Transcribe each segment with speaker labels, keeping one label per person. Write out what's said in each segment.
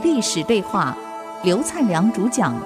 Speaker 1: 历史对话，刘灿良主讲。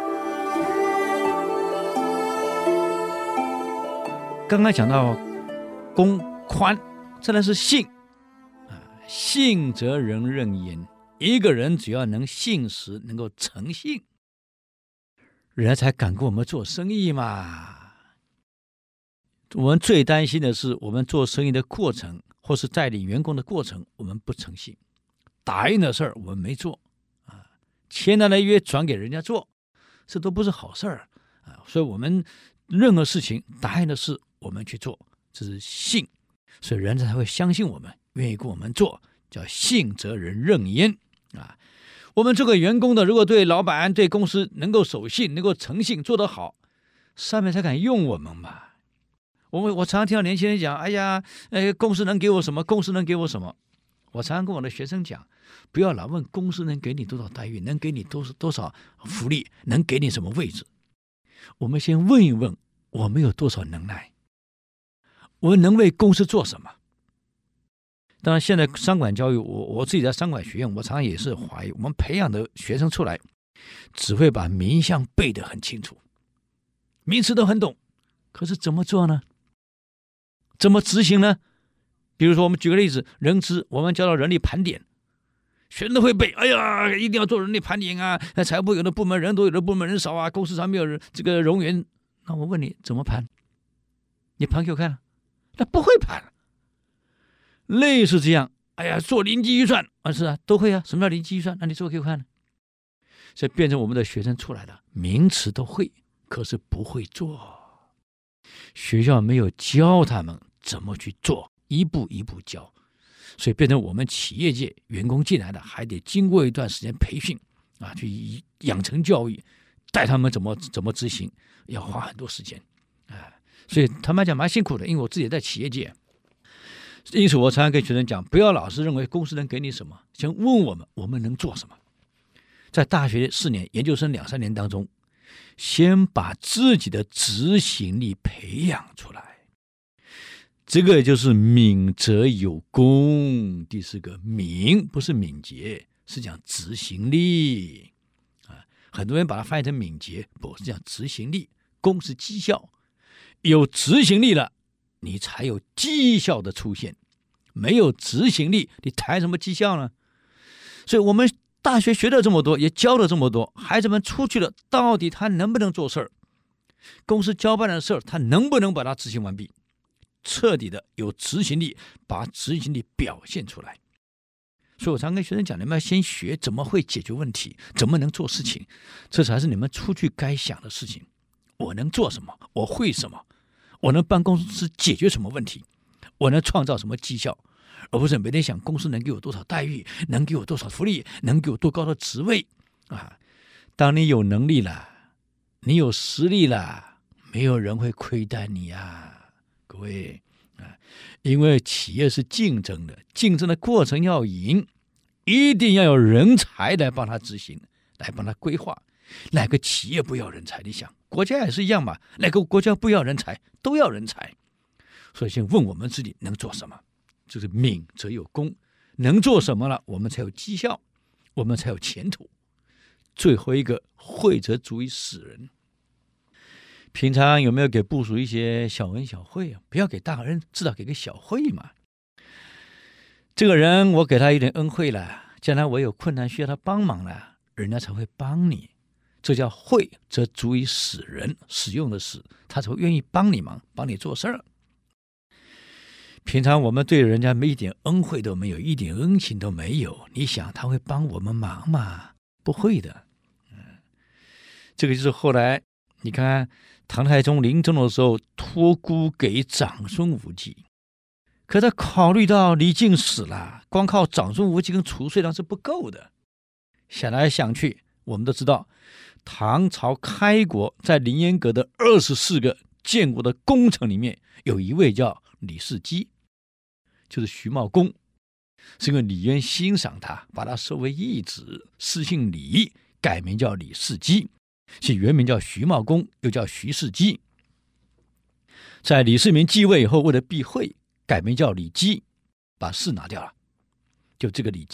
Speaker 2: 刚刚讲到公宽，再来是信信则人任焉。一个人只要能信实，能够诚信，人家才敢跟我们做生意嘛。我们最担心的是，我们做生意的过程，或是带领员工的过程，我们不诚信。答应的事儿我们没做签来的约转给人家做，这都不是好事儿所以我们任何事情答应的事我们去做，这是信，所以人家才会相信我们，愿意跟我们做，叫信则人任焉我们这个员工的，如果对老板对公司能够守信，能够诚信，做得好，上面才敢用我们嘛。我常常听到年轻人讲，哎呀，公司能给我什么，公司能给我什么。我常常跟我的学生讲，不要老问公司能给你多少待遇，能给你多少福利，能给你什么位置。我们先问一问，我们有多少能耐，我们能为公司做什么。当然现在商管教育，我自己在商管学院，我常常也是怀疑，我们培养的学生出来只会把名项背得很清楚，名词都很懂，可是怎么做呢？怎么执行呢？比如说我们举个例子，人资，我们教到人力盘点，学生都会背，哎呀，一定要做人力盘点啊，财务有的部门人多，有的部门人少啊，公司上没有这个冗员。那我问你怎么盘？你盘给我看，那不会盘。类似这样，哎呀，做临机预算是啊，都会啊。什么叫临机预算？那你做给我看。所以变成我们的学生出来的名词都会，可是不会做。学校没有教他们怎么去做，一步一步教，所以变成我们企业界员工进来的还得经过一段时间培训去养成教育，带他们怎么执行，要花很多时间所以他们讲蛮辛苦的，因为我自己在企业界。因此我常常跟学生讲，不要老是认为公司能给你什么，先问我们能做什么。在大学4年，研究生2-3年当中，先把自己的执行力培养出来，这个就是敏则有功。第4个，敏不是敏捷，是讲执行力很多人把它翻译成敏捷，不是讲执行力，功是绩效，有执行力了，你才有绩效的出现，没有执行力，你谈什么绩效呢？所以我们大学学了这么多，也教了这么多，孩子们出去了，到底他能不能做事儿？公司交办的事儿，他能不能把它执行完毕？彻底的有执行力，把执行力表现出来。所以我常跟学生讲，你们要先学怎么会解决问题，怎么能做事情，这才是你们出去该想的事情。我能做什么？我会什么？我能帮公司解决什么问题？我能创造什么绩效？而不是每天想公司能给我多少待遇，能给我多少福利，能给我多高的职位当你有能力了，你有实力了，没有人会亏待你各位因为企业是竞争的，竞争的过程要赢，一定要有人才来帮他执行，来帮他规划。哪个企业不要人才？你想国家也是一样嘛，哪个国家不要人才？都要人才。所以先问我们自己能做什么，就是敏则有功，能做什么了，我们才有绩效，我们才有前途。最后一个，惠则足以使人。平常有没有给部属一些小恩小惠不要给大恩，至少给个小惠嘛。这个人我给他一点恩惠了，将来我有困难需要他帮忙了，人家才会帮你。这叫惠则足以使人，使用的使，他才会愿意帮你忙，帮你做事儿。平常我们对人家没一点恩惠都没有，一点恩情都没有，你想他会帮我们忙吗？不会的。这个就是后来你看唐太宗临终的时候托孤给长孙无忌，可他考虑到李靖死了，光靠长孙无忌跟褚遂良是不够的。想来想去，我们都知道唐朝开国在凌烟阁的24个建国的功臣里面，有一位叫李世基，就是徐茂公，是因为李渊欣赏他，把他收为义子，谥姓李，改名叫李世基，其原名叫徐茂公，又叫徐世基。在李世民继位以后，为了避讳，改名叫李基，把氏拿掉了，就这个李基。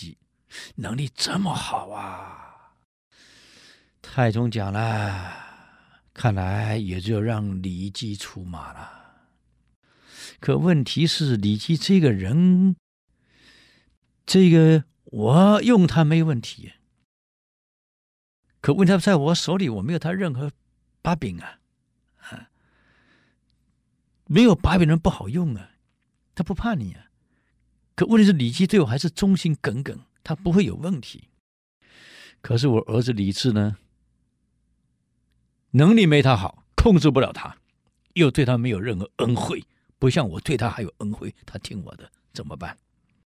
Speaker 2: 能力这么好啊！太宗讲了，看来也就让李基出马了。可问题是，李基这个人，我用他没问题，可问题在我手里，我没有他任何把柄啊！没有把柄人不好用啊，他不怕你啊。可问题是，李基对我还是忠心耿耿，他不会有问题。可是我儿子李治呢，能力没他好，控制不了他，又对他没有任何恩惠，不像我对他还有恩惠，他听我的，怎么办？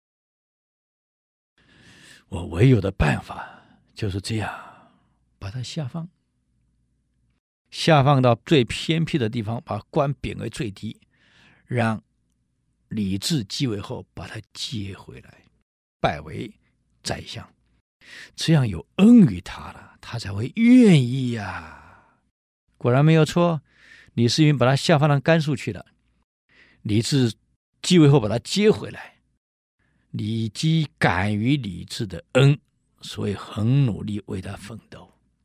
Speaker 2: 我唯有的办法就是这样，把他下放。下放到最偏僻的地方，把官贬为最低，让李治继位后把他接回来，拜为宰相，这样有恩于他了，他才会愿意呀。果然没有错，李世民把他下放到甘肃去了，李治继位后把他接回来，李基感于李治的恩，所以很努力为他奋斗。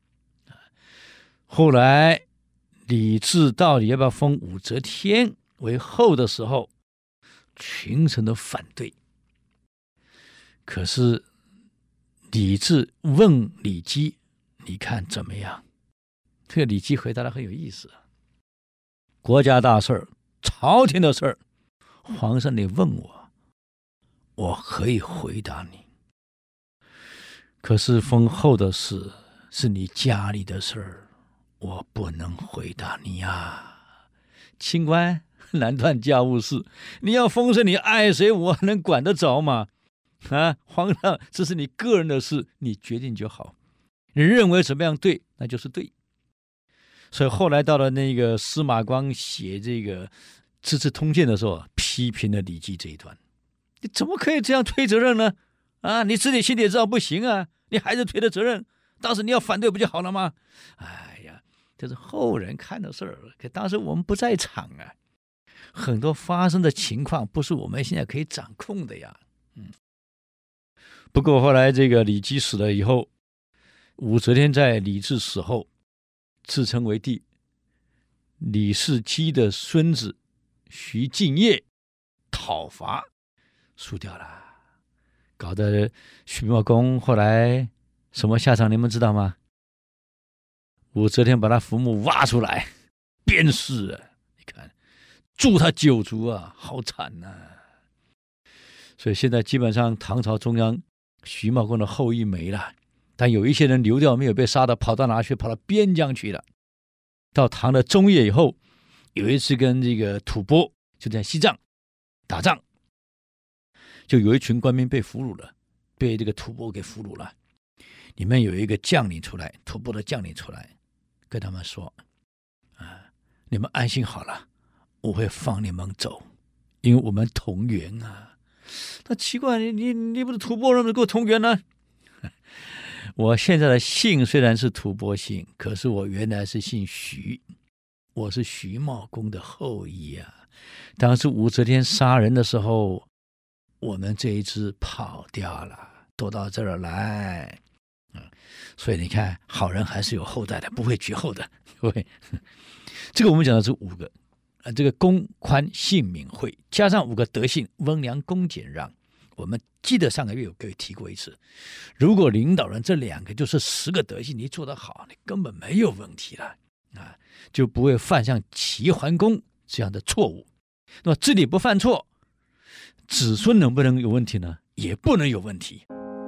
Speaker 2: 后来李治到底要不要封武则天为后的时候，群臣都反对。可是李治问李基，你看怎么样？这个李基回答的很有意思，国家大事，朝廷的事，皇上你问我，我可以回答你。可是封后的事是你家里的事儿，我不能回答你啊。清官难断家务事，你要封神，你爱谁我能管得着吗？皇上，这是你个人的事，你决定就好，你认为怎么样对，那就是对。所以后来到了那个司马光写这个《资治通鉴》的时候，批评了李基这一段，你怎么可以这样推责任呢？你自己心里也知道不行啊，你还是推的责任，当时你要反对不就好了吗？哎呀，这是后人看的事儿，可当时我们不在场啊，很多发生的情况不是我们现在可以掌控的呀。不过后来这个李基死了以后，武则天在李治死后自称为帝，李世基的孙子徐敬业讨伐输掉了，搞得徐茂公后来什么下场你们知道吗？武则天把他坟墓挖出来鞭尸啊，你看诛他9族啊，好惨啊。所以现在基本上唐朝中央徐茂公的后裔没了，但有一些人流掉没有被杀的，跑到哪去？跑到边疆去了。到唐的中叶以后，有一次跟这个吐蕃就在西藏打仗，就有一群官兵被俘虏了，被这个吐蕃给俘虏了。里面有一个将领出来，吐蕃的将领出来跟他们说，你们安心好了，我会放你们走，因为我们同源啊。那奇怪，你不是吐蕃人，怎么跟我同源呢？我现在的姓虽然是吐蕃姓，可是我原来是姓徐，我是徐茂公的后裔啊。当时武则天杀人的时候，我们这一支跑掉了，躲到这儿来。所以你看，好人还是有后代的，不会绝后的。对，这个我们讲的是5个，这个公宽信敏惠，加上5个德性：温良恭俭让。我们记得上个月有给提过一次，如果领导人这2个就是10个德性，你做得好，你根本没有问题了就不会犯像齐桓公这样的错误。那么自己不犯错，子孙能不能有问题呢？也不能有问题。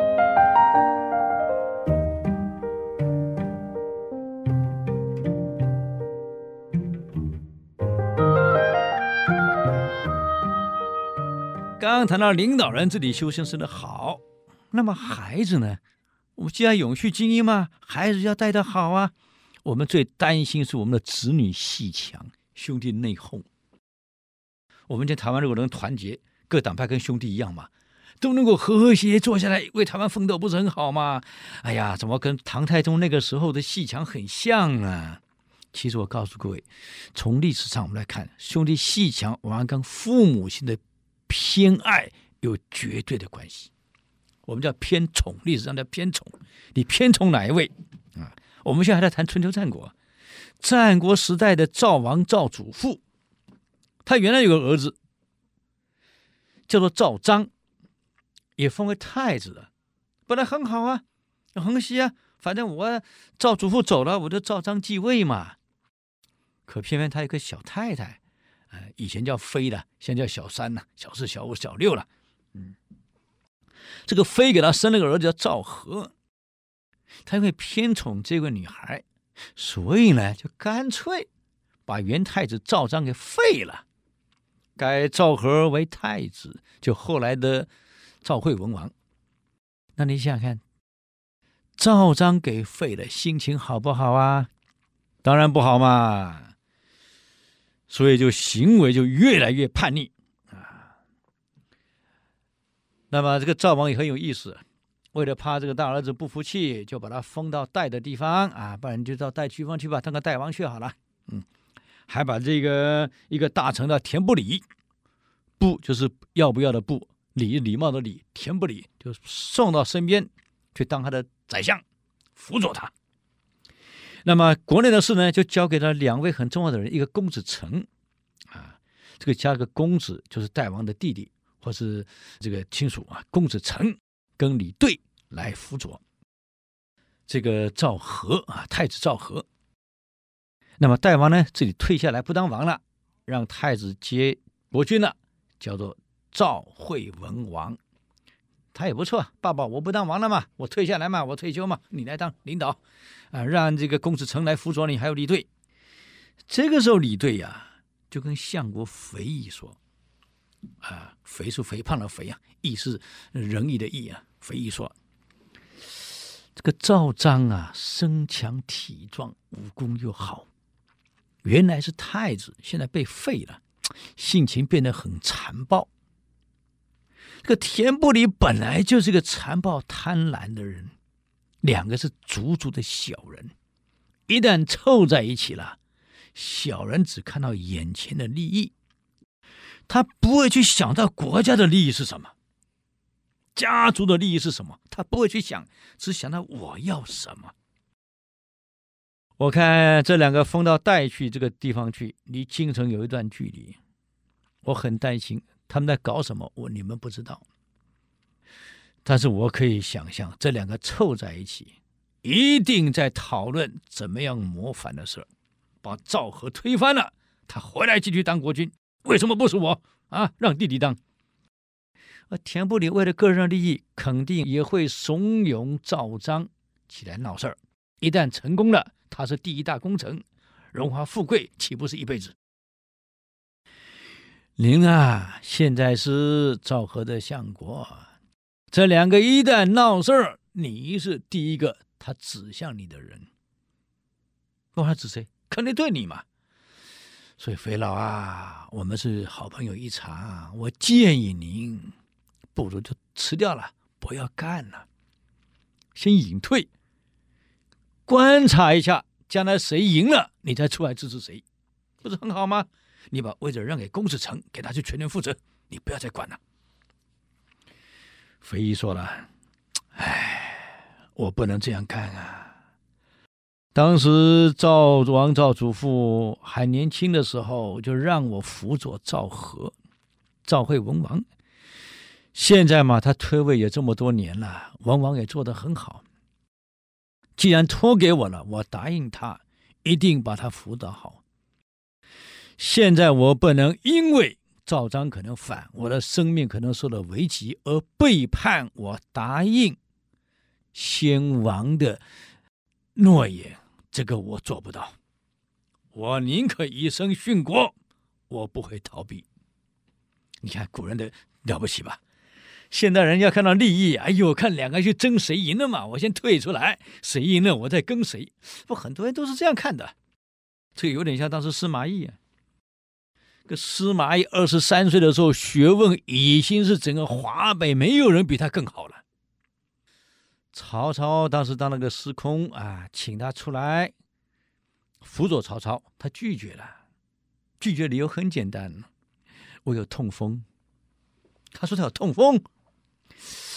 Speaker 2: 刚刚谈到领导人自己修身生得好，那么孩子呢？我们既然永续精英嘛，孩子要带得好啊。我们最担心是我们的子女戏强，兄弟内讧。我们在台湾如果能团结，各党派跟兄弟一样嘛，都能够和和谐谐坐下来为台湾奋斗，不是很好吗？哎呀，怎么跟唐太宗那个时候的戏强很像啊？其实我告诉各位，从历史上我们来看，兄弟戏强往往跟父母亲的偏爱有绝对的关系。 我们叫偏宠，历史上叫偏宠。你偏宠哪一位啊？我们现在还在谈春秋战国，战国时代的赵王赵祖父，他原来有个儿子叫做赵章，也封为太子了，本来很好啊，很喜啊，反正我赵祖父走了，我就赵章继位嘛。可偏偏他有个小太太，以前叫妃的，现在叫小三了，小四、小五、小六了。这个妃给他生了个儿子叫赵和，他因为偏宠这个女孩，所以呢，就干脆把原太子赵章给废了，改赵和为太子，就后来的赵惠文王。那你想想看，赵章给废了，心情好不好啊？当然不好嘛。所以就行为就越来越叛逆啊。那么这个赵王也很有意思，为了怕这个大儿子不服气，就把他封到代的地方啊，不然你就到代区方去吧，当个代王去好了。还把这个一个大臣的田不礼，不就是要不要的不，礼貌的礼，田不礼就送到身边去当他的宰相，辅佐他。那么国内的事呢，就交给了2位很重要的人，一个公子成啊，这个加个公子就是代王的弟弟或是这个亲属啊，公子成跟李兑来辅佐这个赵和啊，太子赵和。那么代王呢，自己退下来不当王了，让太子接国君了，叫做赵惠文王。他也不错，爸爸我不当王了嘛，我退下来嘛，我退休嘛，你来当领导啊，让这个公子成来辅佐你，还有李兑。这个时候李兑啊，就跟相国肥义说啊，肥是肥胖的肥啊，义是仁义的义啊。肥义说，这个赵章啊，身强体壮，武功又好，原来是太子，现在被废了，性情变得很残暴。这个田不礼本来就是个残暴贪婪的人，2个是足足的小人，一旦凑在一起了，小人只看到眼前的利益，他不会去想到国家的利益是什么，家族的利益是什么，他不会去想，只想到我要什么。我看这2个封到代去这个地方去，离京城有一段距离，我很担心他们在搞什么，你们不知道。但是我可以想象，这2个凑在一起，一定在讨论怎么样谋反的事，把赵和推翻了，他回来继续当国君，为什么不是我啊？让弟弟当。田不礼为了个人利益，肯定也会怂恿赵章起来闹事儿。一旦成功了，他是第一大功臣，荣华富贵岂不是一辈子？您啊，现在是赵和的相国，这2个一旦闹事儿，你是第一个他指向你的人。他指谁？肯定对你嘛。所以肥老啊，我们是好朋友一场，我建议您不如就辞掉了，不要干了，先隐退，观察一下将来谁赢了，你再出来支持谁，不是很好吗？你把位置让给公子成，给他去全权负责，你不要再管了。肥义说了，我不能这样干啊。当时赵王赵祖父还年轻的时候，就让我辅佐赵和，赵惠文王。现在嘛，他退位也这么多年了，文王也做得很好。既然托给我了，我答应他，一定把他辅导好。现在我不能因为赵章可能反，我的生命可能受到危及，而背叛我答应先王的诺言，这个我做不到。我宁可以身殉国，我不会逃避。你看古人的了不起吧？现代人要看到利益，哎呦，看2个去争谁赢了嘛，我先退出来，谁赢了我再跟谁。不，很多人都是这样看的。这个有点像当时司马懿啊。司马懿23岁的时候，学问已经是整个华北没有人比他更好了。曹操当时当那个司空啊，请他出来辅佐曹操，他拒绝了。拒绝理由很简单，我有痛风。他说他有痛风，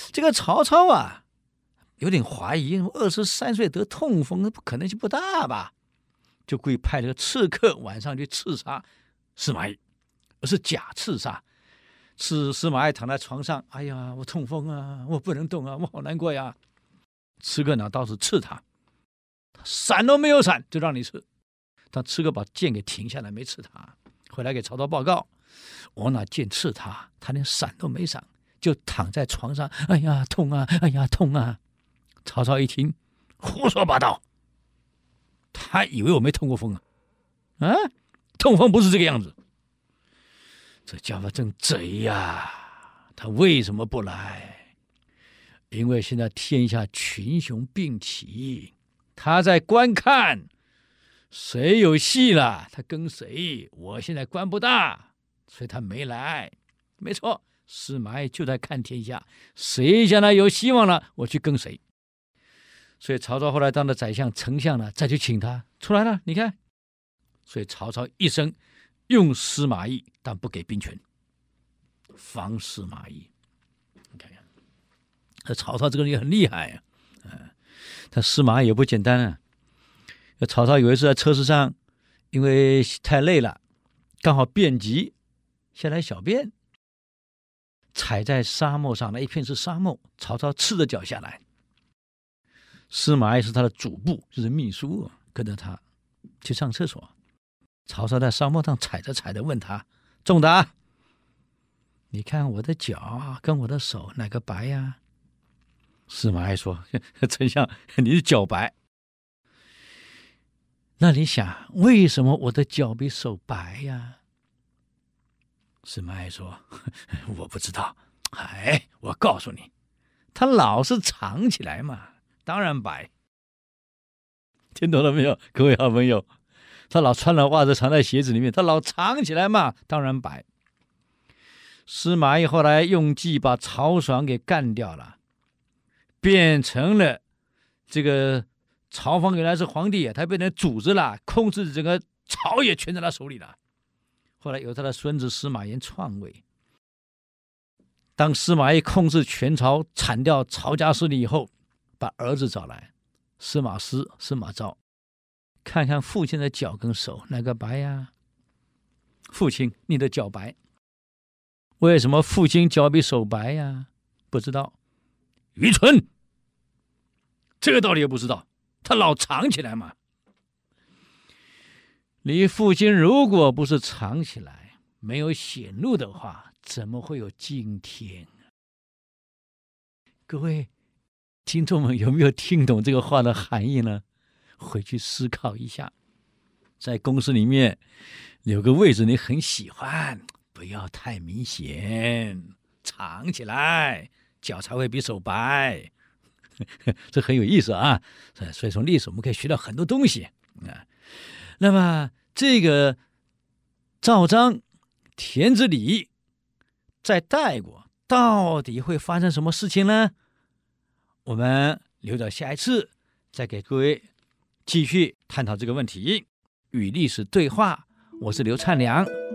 Speaker 2: 这个曹操啊，有点怀疑，23岁得痛风，可能性不大吧？就故意派了个刺客晚上去刺杀司马懿，而是假刺杀。司马懿躺在床上，哎呀，我痛风啊，我不能动啊，我好难过呀。刺客拿刀子刺他，他闪都没有闪，就让你刺。但刺客把剑给停下来，没刺他。回来给曹操报告，我拿剑刺他，他连闪都没闪，就躺在床上，哎呀痛啊，哎呀痛啊。曹操一听，胡说八道，他以为我没痛过风啊，痛风不是这个样子。这家伙真贼呀！他为什么不来？因为现在天下群雄并起，他在观看谁有戏了，他跟谁。我现在官不大，所以他没来。没错，司马懿就在看天下，谁将来有希望了，我去跟谁。所以曹操后来当了宰相、丞相了，再去请他出来了。你看，所以曹操一生用司马懿，但不给兵权，防司马懿。你看看，曹操这个人也很厉害啊，他司马懿也不简单啊。曹操有一次在车子上，因为太累了，刚好便急下来小便，踩在沙漠上，那一片是沙漠，曹操赤着脚下来。司马懿是他的主簿，就是秘书，跟着他去上厕所。曹操在沙漠上踩着踩着问他：仲达，你看我的脚跟我的手哪个白呀？司马懿说：丞相，你是脚白。那你想，为什么我的脚比手白呀？司马懿说：我不知道。我告诉你，他老是藏起来嘛，当然白。听懂了没有，各位好朋友？他老穿了袜子藏在鞋子里面，他老藏起来嘛，当然白。司马懿后来用计把曹爽给干掉了，变成了这个曹芳原来是皇帝，他变成主子了，控制整个朝野全在他手里了。后来由他的孙子司马炎篡位。当司马懿控制全朝，铲掉曹家势力以后，把儿子找来，司马师、司马昭，看看父亲的脚跟手哪个白呀？父亲，你的脚白。为什么父亲脚比手白呀？不知道。愚蠢，这个道理也不知道，他老藏起来嘛。你父亲如果不是藏起来，没有显露的话，怎么会有今天？各位听众们有没有听懂这个话的含义呢？回去思考一下。在公司里面有个位置你很喜欢，不要太明显，藏起来，脚才会比手白。这很有意思啊！所以从历史我们可以学到很多东西啊。那么这个赵章、田子里在代国到底会发生什么事情呢？我们留到下一次再给各位继续探讨这个问题。与历史对话，我是刘灿良。